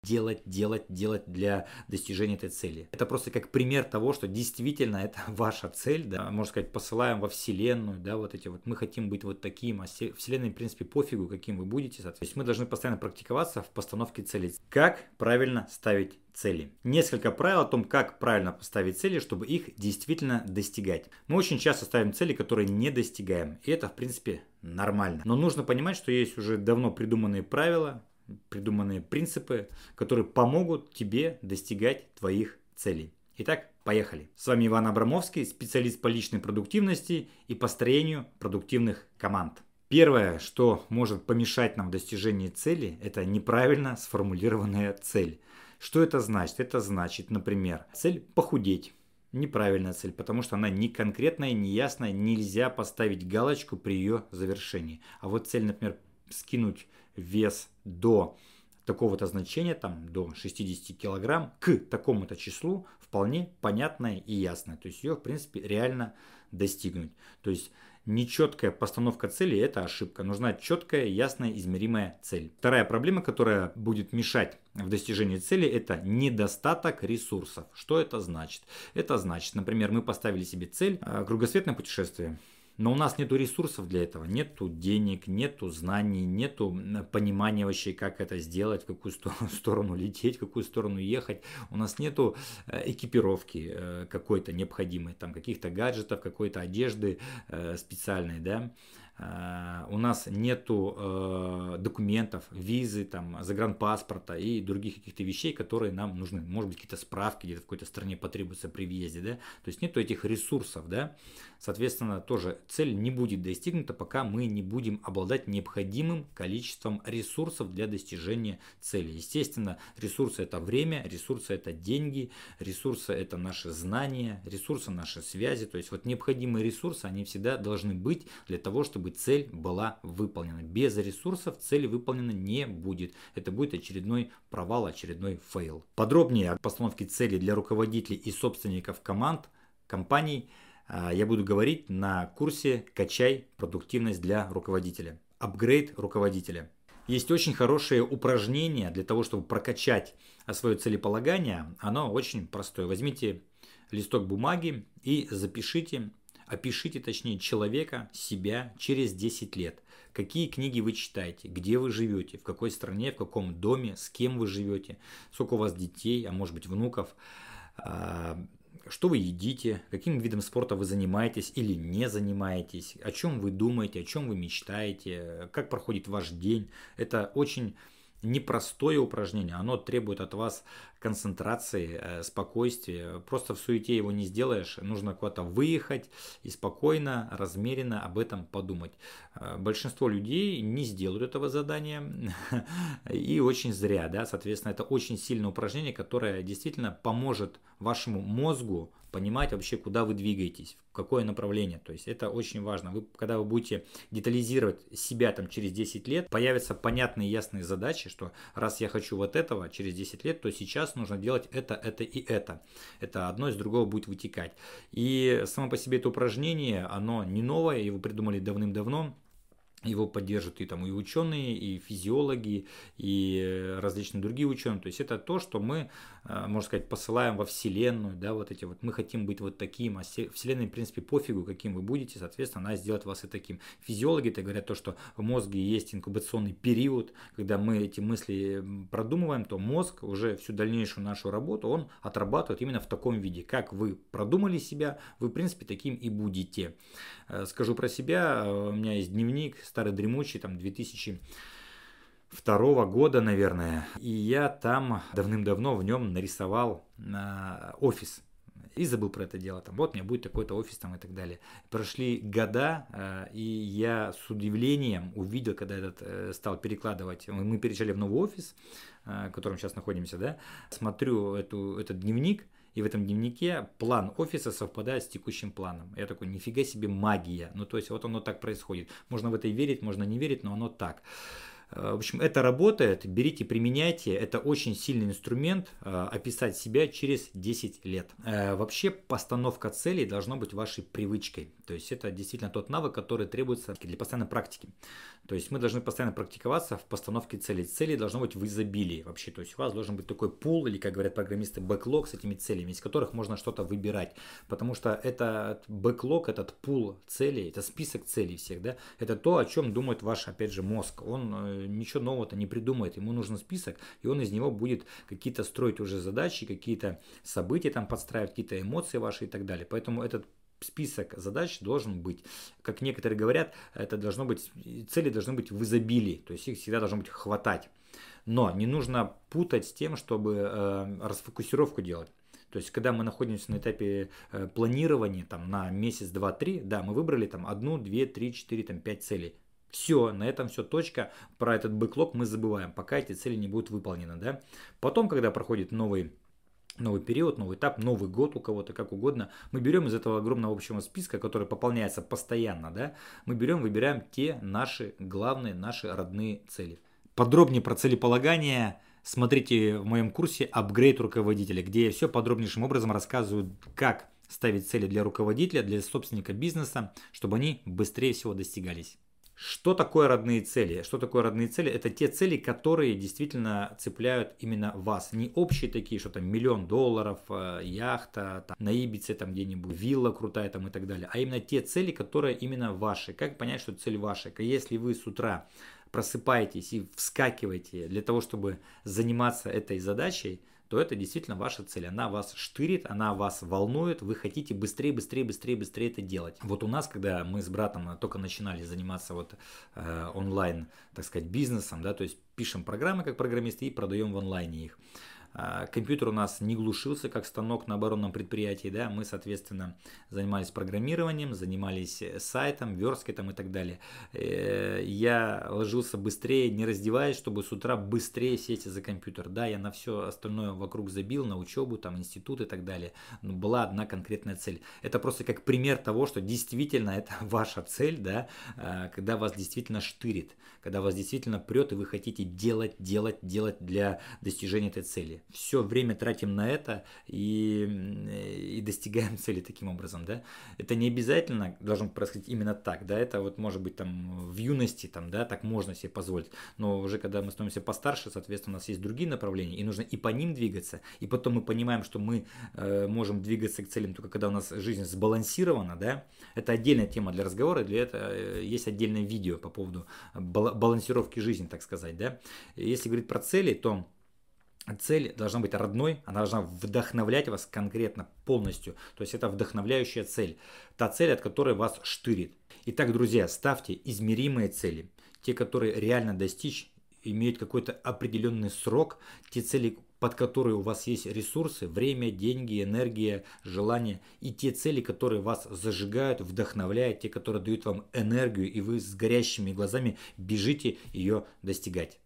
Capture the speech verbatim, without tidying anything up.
делать, делать, делать для достижения этой цели. Это просто как пример того, что действительно это ваша цель, да, можно сказать, посылаем во Вселенную, да, вот эти вот, мы хотим быть вот таким, а Вселенной, в принципе, пофигу, каким вы будете, соответственно. То есть мы должны постоянно практиковаться в постановке целей. Как правильно ставить цели? Несколько правил о том, как правильно поставить цели, чтобы их действительно достигать. Мы очень часто ставим цели, которые не достигаем, и это, в принципе, нормально. Но нужно понимать, что есть уже давно придуманные правила, придуманные принципы, которые помогут тебе достигать твоих целей. Итак, поехали. С вами Иван Абрамовский, специалист по личной продуктивности и построению продуктивных команд. Первое, что может помешать нам в достижении цели, это неправильно сформулированная цель. Что это значит? Это значит, например, цель похудеть. Неправильная цель, потому что она не конкретная, не ясная, нельзя поставить галочку при ее завершении. А вот цель, например, скинуть вес до такого-то значения, там до шестидесяти килограмм, к такому-то числу, вполне понятная и ясная. То есть ее, в принципе, реально достигнуть. То есть нечеткая постановка цели – это ошибка. Нужна четкая, ясная, измеримая цель. Вторая проблема, которая будет мешать в достижении цели, это недостаток ресурсов. Что это значит? Это значит, например, мы поставили себе цель кругосветное путешествие. Но у нас нету ресурсов для этого, нету денег, нету знаний, нету понимания вообще, как это сделать, в какую сторону лететь, в какую сторону ехать. У нас нету экипировки какой-то необходимой, там каких-то гаджетов, какой-то одежды специальной, да. У нас нету э, документов, визы, там, загранпаспорта и других каких-то вещей, которые нам нужны. Может быть, какие-то справки где-то в какой-то стране потребуются при въезде, да. То есть нету этих ресурсов, да. Соответственно, тоже цель не будет достигнута, пока мы не будем обладать необходимым количеством ресурсов для достижения цели. Естественно, ресурсы – это время, ресурсы – это деньги, ресурсы – это наши знания, ресурсы – наши связи. То есть вот необходимые ресурсы, они всегда должны быть для того, чтобы цель была выполнена. Без ресурсов цель выполнена не будет. Это будет очередной провал, очередной фейл. Подробнее о постановке цели для руководителей и собственников команд, компаний я буду говорить на курсе «Качай продуктивность для руководителя». Апгрейд руководителя. Есть очень хорошее упражнение для того, чтобы прокачать свое целеполагание. Оно очень простое. Возьмите листок бумаги и запишите, опишите, точнее, человека, себя через десять лет. Какие книги вы читаете, где вы живете, в какой стране, в каком доме, с кем вы живете, сколько у вас детей, а может быть внуков, что вы едите, каким видом спорта вы занимаетесь или не занимаетесь, о чем вы думаете, о чем вы мечтаете, как проходит ваш день. Это очень непростое упражнение, оно требует от вас концентрации, спокойствия. Просто в суете его не сделаешь, нужно куда-то выехать и спокойно, размеренно об этом подумать. Большинство людей не сделают этого задания, и очень зря, да, соответственно, это очень сильное упражнение, которое действительно поможет вашему мозгу понимать вообще, куда вы двигаетесь, в какое направление. То есть это очень важно. Вы, когда вы будете детализировать себя там через десять лет, появятся понятные ясные задачи, что раз я хочу вот этого через десять лет, то сейчас нужно делать это, это и это. Это одно из другого будет вытекать. И само по себе это упражнение, оно не новое, его придумали давным-давно. Его поддерживают и, там, и ученые, и физиологи, и различные другие ученые. То есть это то, что мы, можно сказать, посылаем во Вселенную. Да, вот эти вот, мы хотим быть вот таким, а Вселенной, в принципе, пофигу, каким вы будете, соответственно, она сделает вас и таким. Физиологи-то говорят то, что в мозге есть инкубационный период, когда мы эти мысли продумываем, то мозг уже всю дальнейшую нашу работу, он отрабатывает именно в таком виде. Как вы продумали себя, вы, в принципе, таким и будете. Скажу про себя, у меня есть дневник, старый дремучий, там две тысячи второго года, наверное. И я там давным-давно в нем нарисовал э, офис. И забыл про это дело. Там, вот у меня будет такой-то офис там, и так далее. Прошли года, э, и я с удивлением увидел, когда этот э, стал перекладывать. Мы переезжали в новый офис, э, в котором сейчас находимся, да. Смотрю эту, этот дневник. И в этом дневнике план офиса совпадает с текущим планом. Я такой, нифига себе магия. Ну, то есть, вот оно так происходит. Можно в это верить, можно не верить, но оно так. В общем, это работает, берите, применяйте. Это очень сильный инструмент описать себя через десять лет. Вообще, постановка целей должна быть вашей привычкой. То есть это действительно тот навык, который требуется для постоянной практики. То есть мы должны постоянно практиковаться в постановке целей. Цели должно быть в изобилии вообще. То есть у вас должен быть такой пул, или, как говорят программисты, бэклог с этими целями, из которых можно что-то выбирать. Потому что этот бэклог, этот пул целей, это список целей всех, да, это то, о чем думает ваш, опять же, мозг. Он ничего нового-то не придумает. Ему нужен список, и он из него будет какие-то строить уже задачи, какие-то события там подстраивать, какие-то эмоции ваши и так далее. Поэтому этот список задач должен быть. Как некоторые говорят, это должно быть, цели должны быть в изобилии, то есть их всегда должно быть хватать. Но не нужно путать с тем, чтобы э, расфокусировку делать. То есть, когда мы находимся на этапе э, планирования там, на месяц, два, три, да, мы выбрали там одну, две, три, четыре, там, пять целей. Все, на этом все, точка. Про этот бэклог мы забываем, пока эти цели не будут выполнены. Да? Потом, когда проходит новый новый период, новый этап, Новый год у кого-то, как угодно, мы берем из этого огромного общего списка, который пополняется постоянно, да, мы берем, выбираем те наши главные, наши родные цели. Подробнее про целеполагание смотрите в моем курсе «Апгрейд руководителя», где я все подробнейшим образом рассказываю, как ставить цели для руководителя, для собственника бизнеса, чтобы они быстрее всего достигались. Что такое родные цели? Что такое родные цели? Это те цели, которые действительно цепляют именно вас. Не общие такие, что там миллион долларов, яхта, там, на Ибице там где-нибудь, вилла крутая там и так далее. А именно те цели, которые именно ваши. Как понять, что цель ваша? Если вы с утра просыпаетесь и вскакиваете для того, чтобы заниматься этой задачей, то это действительно ваша цель. Она вас штырит, она вас волнует, вы хотите быстрее, быстрее, быстрее, быстрее это делать. Вот у нас, когда мы с братом только начинали заниматься вот э, онлайн, так сказать, бизнесом, да, то есть пишем программы как программисты и продаем в онлайне их. Компьютер у нас не глушился, как станок на оборонном предприятии, да, мы, соответственно, занимались программированием, занимались сайтом, версткой там и так далее. Я ложился быстрее, не раздеваясь, чтобы с утра быстрее сесть за компьютер. Да, я на все остальное вокруг забил, на учебу, там, институт и так далее, но была одна конкретная цель. Это просто как пример того, что действительно это ваша цель, да, когда вас действительно штырит, когда вас действительно прет, и вы хотите делать, делать, делать для достижения этой цели. Все время тратим на это и, и достигаем цели таким образом, да. Это не обязательно должно происходить именно так, да, это вот может быть там в юности, там, да, так можно себе позволить, но уже когда мы становимся постарше, соответственно, у нас есть другие направления, и нужно и по ним двигаться, и потом мы понимаем, что мы э, можем двигаться к целям только когда у нас жизнь сбалансирована, да, это отдельная тема для разговора, для этого э, есть отдельное видео по поводу балансировки жизни, так сказать, да. Если говорить про цели, то цель должна быть родной, она должна вдохновлять вас конкретно полностью. То есть это вдохновляющая цель. Та цель, от которой вас штырит. Итак, друзья, ставьте измеримые цели. Те, которые реально достичь, имеют какой-то определенный срок. Те цели, под которые у вас есть ресурсы, время, деньги, энергия, желание. И те цели, которые вас зажигают, вдохновляют. Те, которые дают вам энергию, и вы с горящими глазами бежите ее достигать.